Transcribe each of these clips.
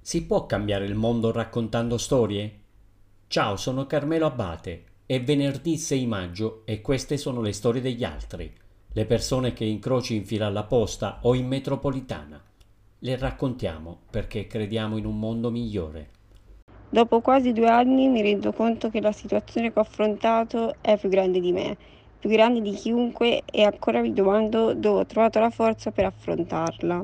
Si può cambiare il mondo raccontando storie? Ciao, sono Carmelo Abate. È venerdì 6 maggio e queste sono le storie degli altri, le persone che incroci in fila alla posta o in metropolitana. Le raccontiamo perché crediamo in un mondo migliore. Dopo quasi 2 anni mi rendo conto che la situazione che ho affrontato è più grande di me, più grande di chiunque e ancora mi domando dove ho trovato la forza per affrontarla.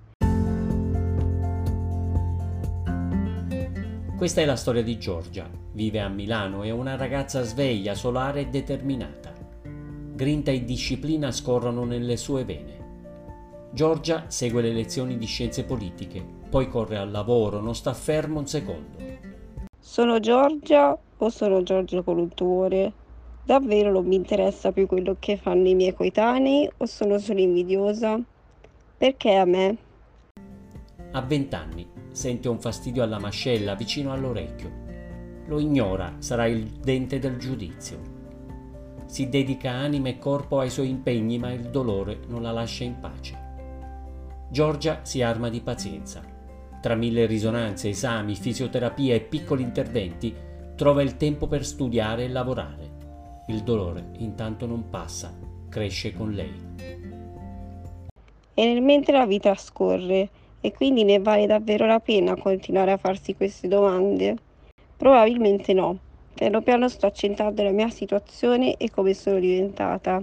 Questa è la storia di Giorgia. Vive a Milano, è una ragazza sveglia, solare e determinata. Grinta e disciplina scorrono nelle sue vene. Giorgia segue le lezioni di scienze politiche, poi corre al lavoro, non sta fermo un secondo. Sono Giorgia o sono Giorgia con un tumore? Davvero non mi interessa più quello che fanno i miei coetanei o sono solo invidiosa? Perché a me? A 20 anni sente un fastidio alla mascella vicino all'orecchio. Lo ignora, sarà il dente del giudizio. Si dedica anima e corpo ai suoi impegni, ma il dolore non la lascia in pace. Giorgia si arma di pazienza. Tra 1000 risonanze, esami, fisioterapia e piccoli interventi, trova il tempo per studiare e lavorare. Il dolore intanto non passa, cresce con lei. E nel mentre la vita scorre e quindi ne vale davvero la pena continuare a farsi queste domande? Probabilmente no. Piano piano sto accettando la mia situazione e come sono diventata.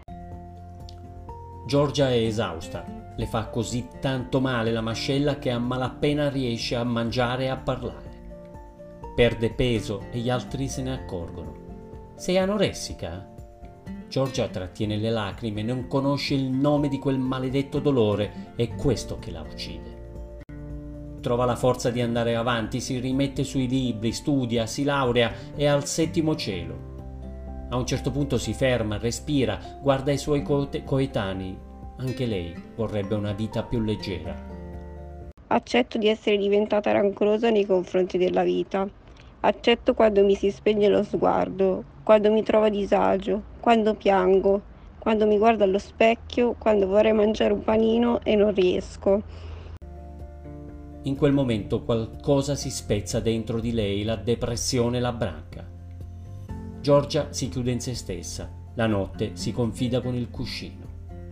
Giorgia è esausta, le fa così tanto male la mascella che a malapena riesce a mangiare e a parlare. Perde peso e gli altri se ne accorgono. Sei anoressica? Giorgia trattiene le lacrime, non conosce il nome di quel maledetto dolore, è questo che la uccide. Trova la forza di andare avanti, si rimette sui libri, studia, si laurea, è al 7° cielo. A un certo punto si ferma, respira, guarda i suoi coetanei. Anche lei vorrebbe una vita più leggera. Accetto di essere diventata rancorosa nei confronti della vita. Accetto quando mi si spegne lo sguardo, quando mi trovo a disagio, quando piango, quando mi guardo allo specchio, quando vorrei mangiare un panino e non riesco. In quel momento qualcosa si spezza dentro di lei, la depressione la branca. Giorgia si chiude in se stessa, la notte si confida con il cuscino.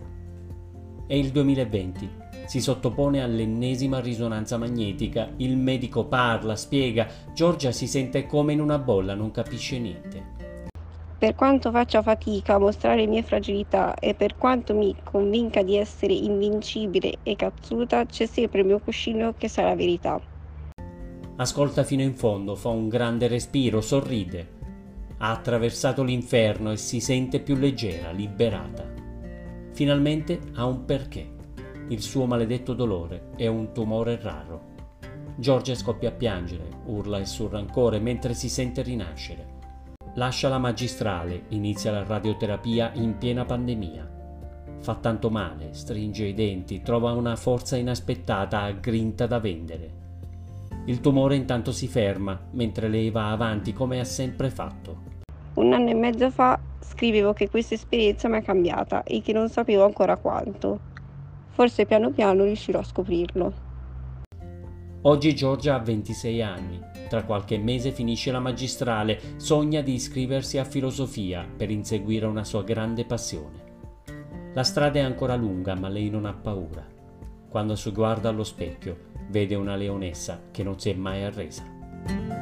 È il 2020, si sottopone all'ennesima risonanza magnetica, il medico parla, spiega, Giorgia si sente come in una bolla, non capisce niente. Per quanto faccia fatica a mostrare le mie fragilità e per quanto mi convinca di essere invincibile e cazzuta, c'è sempre il mio cuscino che sa la verità. Ascolta fino in fondo, fa un grande respiro, sorride. Ha attraversato l'inferno e si sente più leggera, liberata. Finalmente ha un perché. Il suo maledetto dolore è un tumore raro. Giorgia scoppia a piangere, urla il suo rancore mentre si sente rinascere. Lascia la magistrale, inizia la radioterapia in piena pandemia. Fa tanto male, stringe i denti, trova una forza inaspettata, grinta da vendere. Il tumore intanto si ferma, mentre lei va avanti come ha sempre fatto. 1 anno e mezzo fa scrivevo che questa esperienza mi ha cambiata e che non sapevo ancora quanto. Forse piano piano riuscirò a scoprirlo. Oggi Giorgia ha 26 anni, tra qualche mese finisce la magistrale, sogna di iscriversi a filosofia per inseguire una sua grande passione. La strada è ancora lunga, ma lei non ha paura. Quando si guarda allo specchio, vede una leonessa che non si è mai arresa.